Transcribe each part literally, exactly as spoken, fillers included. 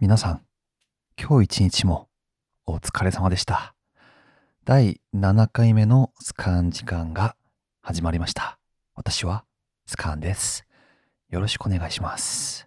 皆さん、今日一日もお疲れ様でした。だいななかいめのスカーン時間が始まりました。私はスカーンです。よろしくお願いします。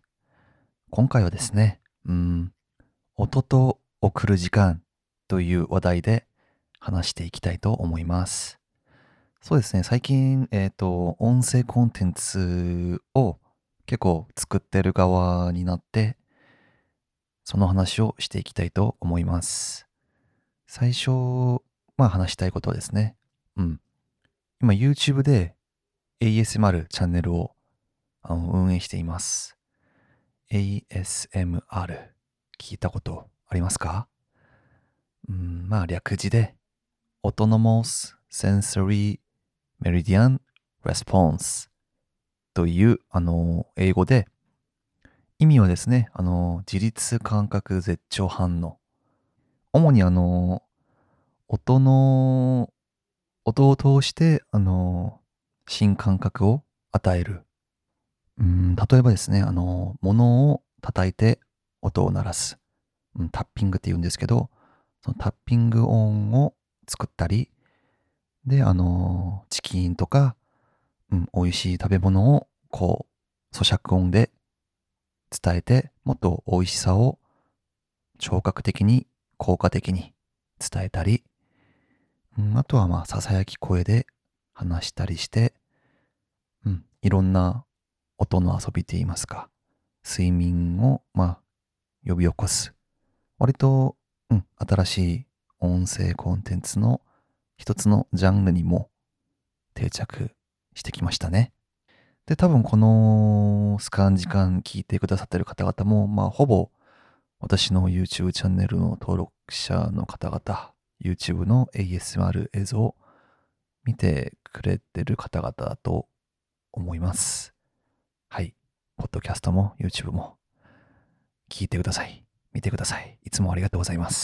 今回はですね、うーん、音と送る時間という話題で話していきたいと思います。そうですね、最近、えっと、音声コンテンツを結構作ってる側になって、その話をしていきたいと思います。最初、まあ話したいことはですね。うん。今 YouTube で エーエスエムアール チャンネルをあの運営しています。エーエスエムアール 聞いたことありますか？うん、まあ略字で Autonomous Sensory Meridian Response というあの英語で意味はですね、あの自律感覚絶頂反応。主にあの音の音を通して、あの、新感覚を与える。うん、例えばですね、あの、物を叩いて音を鳴らす。うん、タッピングって言うんですけど、そのタッピング音を作ったり、で、あの、チキンとか、うん、美味しい食べ物を、こう、咀嚼音で伝えて、もっと美味しさを聴覚的に、効果的に伝えたり、うん、あとはまあ、ささやき声で話したりして、うん、いろんな音の遊びといいますか、睡眠を、まあ、呼び起こす。割と、うん、新しい音声コンテンツの一つのジャンルにも定着してきましたね。で、多分このスカン時間聞いてくださってる方々も、まあ、ほぼ私の YouTube チャンネルの登録者の方々、YouTube の エーエスエムアール 映像を見てくれてる方々だと思います。はい。ポッドキャストも YouTube も聞いてください。見てください。いつもありがとうございます。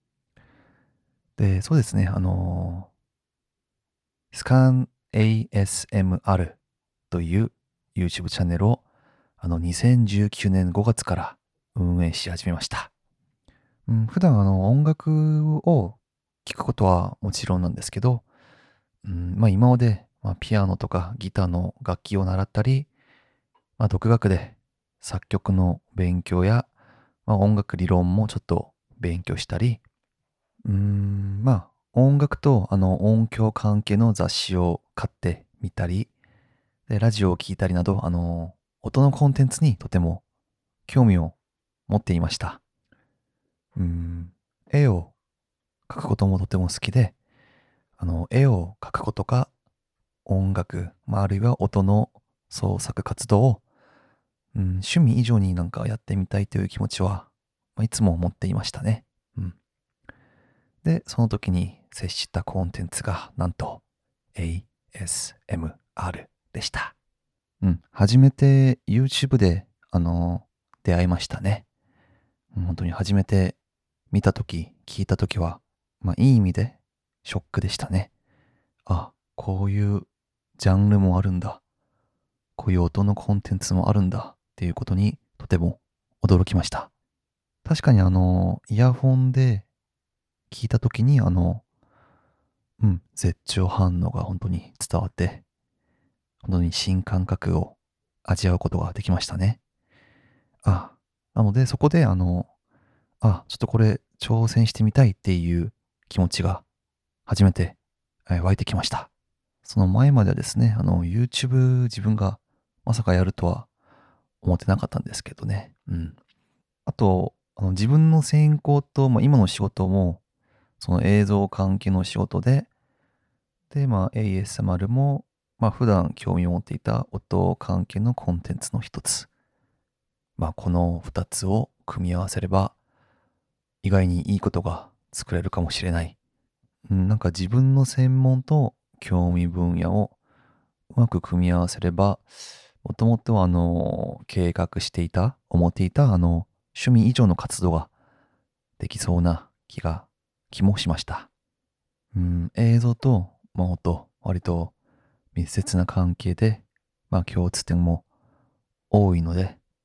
で、そうですね。あの、スカン エーエスエムアール という YouTube チャンネルをあのにせんじゅうきゅうねんごがつから運営し始めました。うん、普段あの音楽を聴くことはもちろんなんですけど、うん、まあ今まで、まあ、ピアノとかギターの楽器を習ったり、まあ、独学で作曲の勉強や、まあ、音楽理論もちょっと勉強したり、うーん、まあ、音楽とあの音響関係の雑誌を買ってみたり、で、ラジオを聴いたりなど、あの、音のコンテンツにとても興味を持っていました。うーん、絵を描くこともとても好きで、あの、絵を描くことか音楽、まあ、あるいは音の創作活動を、うん、趣味以上になんかやってみたいという気持ちは、まあ、いつも持っていましたね。うん。で、その時に接したコンテンツが、なんと エーエスエムアール でした。うん。初めて YouTube で、あの、出会いましたね。うん本当に初めて見た時、聞いた時は、まあいい意味でショックでしたね。あ、こういうジャンルもあるんだ。こういう音のコンテンツもあるんだっていうことにとても驚きました。確かにあの、イヤホンで聞いた時にあの、うん、絶頂反応が本当に伝わって、本当に新感覚を味わうことができましたね。あ、なのでそこであの、あ、ちょっとこれ挑戦してみたいっていう気持ちが初めて、えー湧いてきました。その前まではですね、あの、YouTube 自分がまさかやるとは思ってなかったんですけどね。うん。あと、あの自分の専攻と、まあ、今の仕事も、その映像関係の仕事で、で、まあ、エーエスエムアール も、まあ、普段興味を持っていた音関係のコンテンツの一つ。まあ、この二つを組み合わせれば、意外にいいことが作れるかもしれない。うん、なんか自分の専門と興味分野をうまく組み合わせれば、もともとはあの、計画していた、思っていたあの、趣味以上の活動ができそうな気が、気もしました。うん、映像と、まあ、音、割と密接な関係で、まあ共通点も多いので、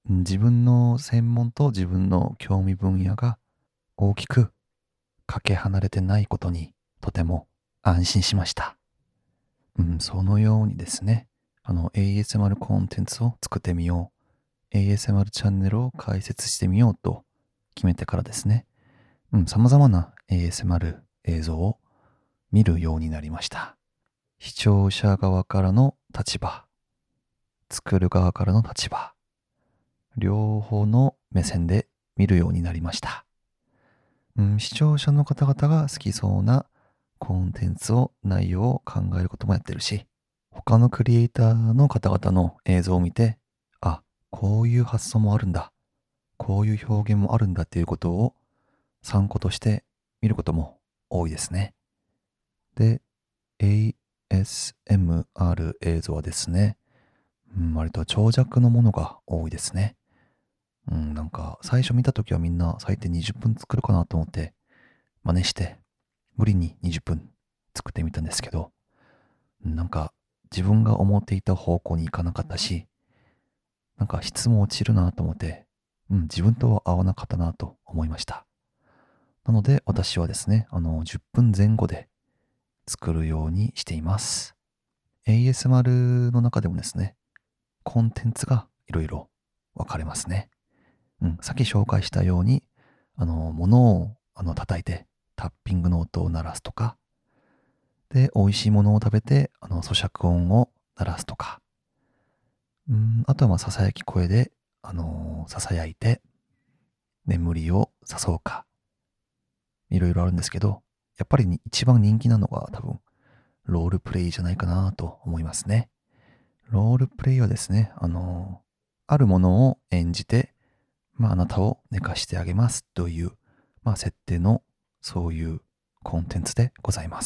自分の専門と自分の興味分野が大きくかけ離れてないことにとても安心しました。うん、そのようにですね、あの エーエスエムアール コンテンツを作ってみよう、エーエスエムアール チャンネルを開設してみようと決めてからですね、うん、様々な エーエスエムアール 映像を見るようになりました。視聴者側からの立場、作る側からの立場、両方の目線で見るようになりました。うん、視聴者の方々が好きそうなコンテンツを、内容を考えることもやってるし、他のクリエイターの方々の映像を見て、あ、こういう発想もあるんだ、こういう表現もあるんだっていうことを参考として見ることも多いですね。で、エーエスエムアール 映像はですね、うん、割と長尺のものが多いですね。うん、なんか最初見たときはみんな最低にじゅっぷん作るかなと思って真似して無理ににじゅっぷん作ってみたんですけど、なんか自分が思っていた方向に行かなかったし、なんか質も落ちるなと思って、うん、自分とは合わなかったなと思いました。なので私はですね、あのじゅっぷんぜん後で作るようにしています。エーエスエムアール の中でもですね、コンテンツがいろいろ分かれますね。うん、さっき紹介したように、あの、物をあの叩いてタッピングの音を鳴らすとか、で、美味しいものを食べて、あの、咀嚼音を鳴らすとか、うん、あとはまあ、ささやき声で、あのささやいて、眠りを誘うか、いろいろあるんですけど、やっぱり一番人気なのが多分、ロールプレイじゃないかなと思いますね。ロールプレイはですね、あのあるものを演じて、まあ、あなたを寝かしてあげますという、まあ、設定の、そういうコンテンツでございます。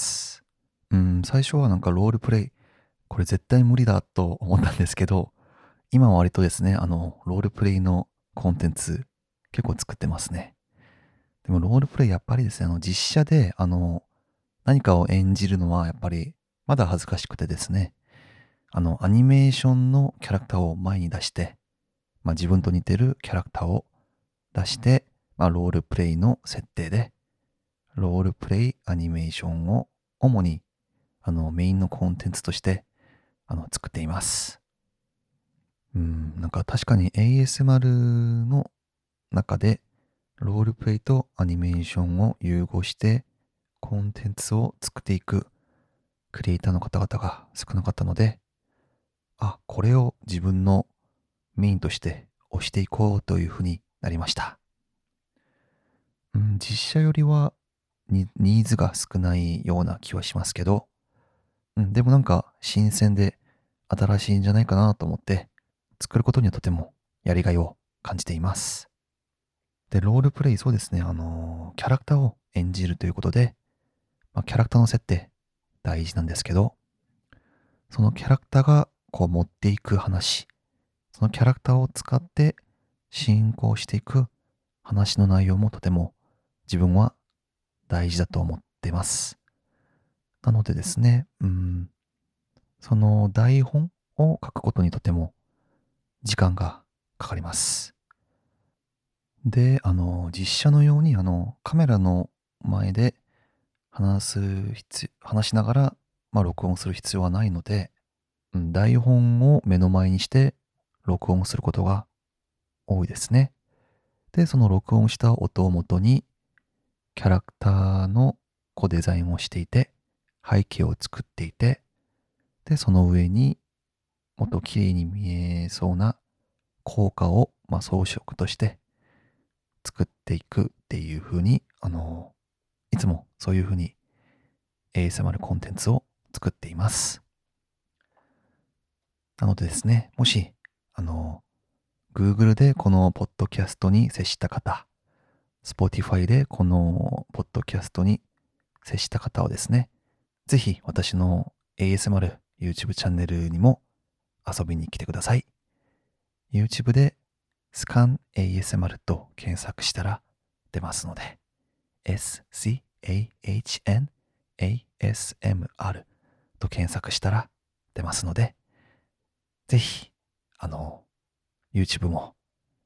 うん、最初はなんかロールプレイ、これ絶対無理だと思ったんですけど、今は割とですね、あの、ロールプレイのコンテンツ結構作ってますね。でもロールプレイやっぱりですね、あの、実写で、あの、何かを演じるのはやっぱりまだ恥ずかしくてですね、あの、アニメーションのキャラクターを前に出して、まあ、自分と似てるキャラクターを出して、まあ、ロールプレイの設定で、ロールプレイアニメーションを主にあのメインのコンテンツとしてあの作っています。うん、なんか確かに エーエスエムアール の中でロールプレイとアニメーションを融合してコンテンツを作っていくクリエイターの方々が少なかったので、あ、これを自分のメインとして推していこうというふうになりました。うん、実写よりはニニーズが少ないような気はしますけど、うん、でもなんか新鮮で新しいんじゃないかなと思って、作ることにはとてもやりがいを感じています。で、ロールプレイ、そうですね、あのーキャラクターを演じるということで、まあ、キャラクターの設定大事なんですけど、そのキャラクターがこう持っていく話、そのキャラクターを使って進行していく話の内容もとても自分は大事だと思っています。なのでですね、うん、その台本を書くことにとても時間がかかります。で、あの、実写のように、あの、カメラの前で話す必話しながら、まあ、録音する必要はないので、うん、台本を目の前にして録音することが多いですね。で、その録音した音をもとに、キャラクターのこうデザインをしていて、背景を作っていて、で、その上にもっと綺麗に見えそうな効果を、まあ、装飾として作っていくっていう風に、あの、いつもそういう風に エーエスエムアール コンテンツを作っています。なのでですね、もし、あの、Google でこのポッドキャストに接した方、Spotify でこのポッドキャストに接した方はですね、ぜひ私の エーエスエムアール YouTube チャンネルにも遊びに来てください。YouTube でスカン エーエスエムアール と検索したら出ますので、エスシーエーエイチエヌ エーエスエムアール と検索したら出ますので、ぜひ、あの、YouTube も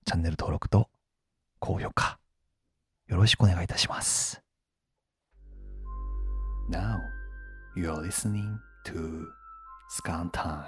チャンネル登録と高評価よろしくお願いいたします。Now you are listening to Scan Time。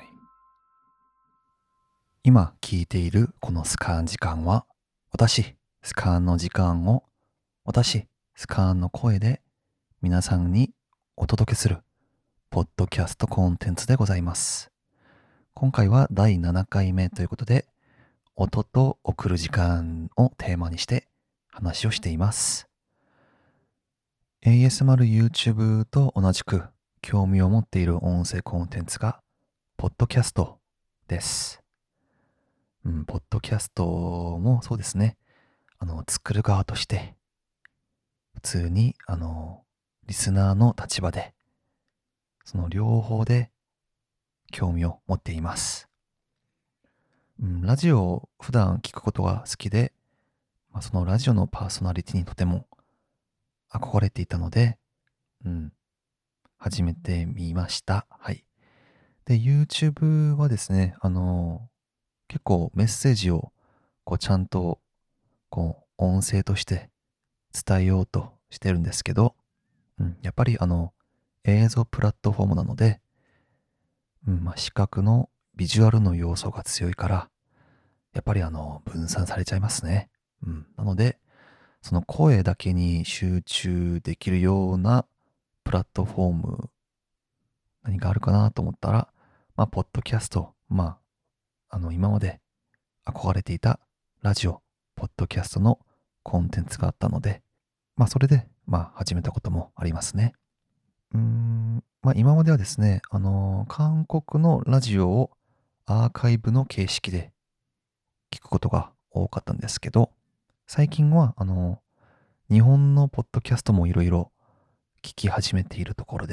今聞いているこのスカン時間は、私スカンの時間を私スカンの声で皆さんにお届けするポッドキャストコンテンツでございます。今回はだいななかいめということで、音と送る時間をテーマにして話をしています。エーエスエムアール YouTube と同じく興味を持っている音声コンテンツがポッドキャストです。うん、ポッドキャストもそうですね。あの作る側として普通にあのリスナーの立場でその両方で興味を持っています。うん、ラジオを普段聞くことが好きで、まあ、そのラジオのパーソナリティにとても憧れていたので、うん、始めてみました。はい。で、YouTube はですね、あの、結構メッセージをこうちゃんとこう音声として伝えようとしてるんですけど、うん、やっぱりあの映像プラットフォームなので、うんまあ、視覚のビジュアルの要素が強いから、やっぱりあの分散されちゃいますね。うん、なので、その声だけに集中できるようなプラットフォーム、何かあるかなと思ったら、まあ、ポッドキャスト、まあ、あの、今まで憧れていたラジオ、ポッドキャストのコンテンツがあったので、まあ、それで、まあ、始めたこともありますね。うーん、まあ、今まではですね、あの、韓国のラジオをアーカイブの形式で聞くことが多かったんですけど、最近は、あの、日本のポッドキャストもいろいろ聞き始めているところです。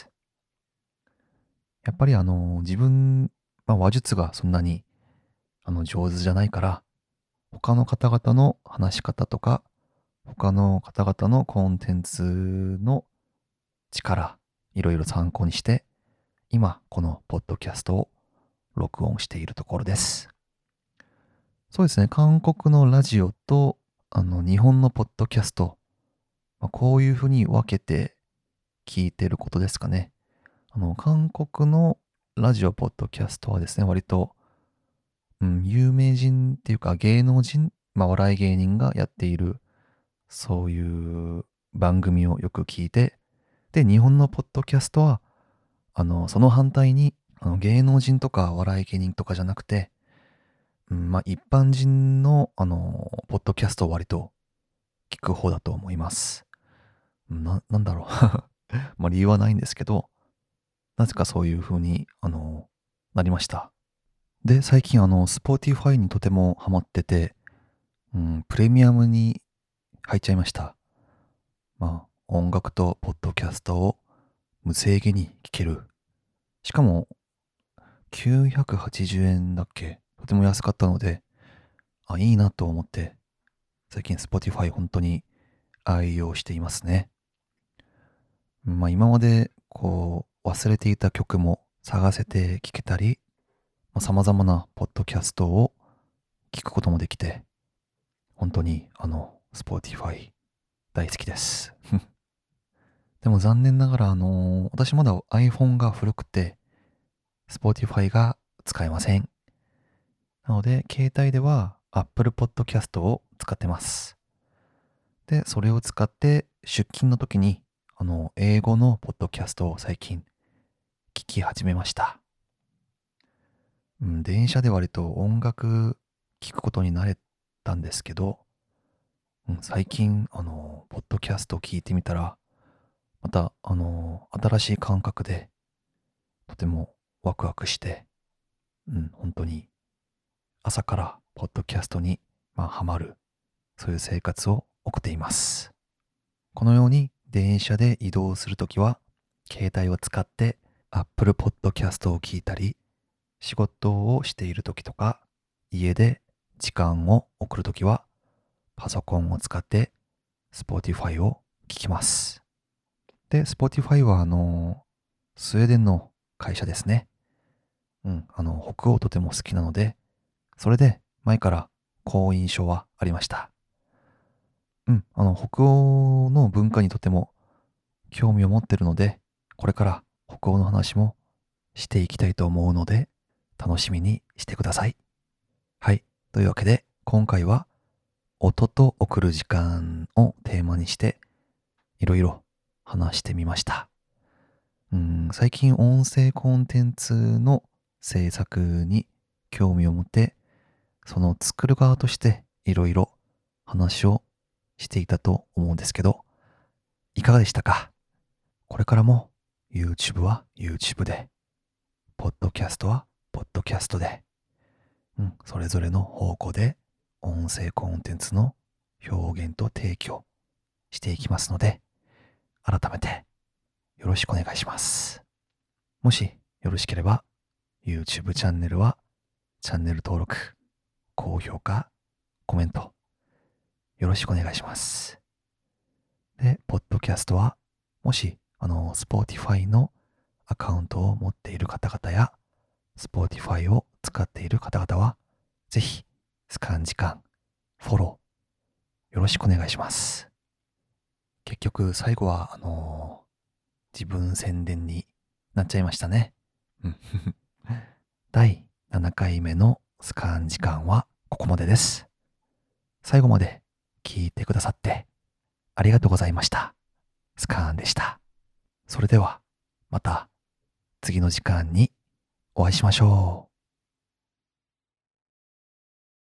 やっぱりあの、自分、まあ、話術がそんなにあの上手じゃないから、他の方々の話し方とか、他の方々のコンテンツの力、いろいろ参考にして、今、このポッドキャストを録音しているところです。そうですね、韓国のラジオと、あの、日本のポッドキャスト、まあ、こういうふうに分けて聞いてることですかね。あの、韓国のラジオ、ポッドキャストはですね、割と、うん、有名人っていうか芸能人、まあ、笑い芸人がやっている、そういう番組をよく聞いて、で、日本のポッドキャストは、あの、その反対に、あの芸能人とか笑い芸人とかじゃなくて、うん、まあ、一般人の、あの、ポッドキャストを割と聞く方だと思います。な、なんだろう。まあ、理由はないんですけど、なぜかそういう風に、あの、なりました。で、最近あの、Spotify にとてもハマってて、うん、プレミアムに入っちゃいました。まあ、音楽とポッドキャストを無制限に聴ける。しかも、きゅうひゃくはちじゅうえんだっけ？とても安かったので、あ、いいなと思って、最近 Spotify 本当に愛用していますね。まあ今までこう忘れていた曲も探せて聴けたり、まあ、様々なポッドキャストを聞くこともできて、本当にあの Spotify 大好きです。でも残念ながらあの私まだ iPhone が古くて Spotify が使えません。なので携帯では Apple Podcast を使ってます。で、それを使って出勤の時にあの英語のポッドキャストを最近聞き始めました。うん、電車で割と音楽聴くことになれたんですけど、うん、最近、あの、ポッドキャストを聞いてみたら、また、あの、新しい感覚で、とてもワクワクして、うん、本当に朝からポッドキャストに、まあ、ハマる、そういう生活を送っています。このように電車で移動するときは、携帯を使って Apple Podcast を聞いたり、仕事をしているときとか、家で時間を送るときは、パソコンを使って Spotify を聞きます。で、Spotify はあの、スウェーデンの会社ですね。うん、あの、北欧とても好きなので、それで前から好印象はありました。うん、あの、北欧の文化にとても興味を持っているので、これから北欧の話もしていきたいと思うので、楽しみにしてください。はい。というわけで、今回は音と送る時間をテーマにして、いろいろ話してみました。うん、最近音声コンテンツの制作に興味を持って、その作る側としていろいろ話をしていたと思うんですけど、いかがでしたか？これからも YouTube は YouTube で、Podcast は Podcast で、うん、それぞれの方向で音声コンテンツの表現と提供していきますので、改めてよろしくお願いします。もしよろしければ YouTube チャンネルはチャンネル登録、高評価、コメントよろしくお願いします。で、Podcast はもしあの Spotify のアカウントを持っている方々や Spotify を使っている方々はぜひスカン時間フォローよろしくお願いします。結局最後はあのー自分宣伝になっちゃいましたね。だいななかいめのスカン時間はここまでです。最後まで聞いてくださってありがとうございました。スカンでした。それではまた次の時間にお会いしましょう。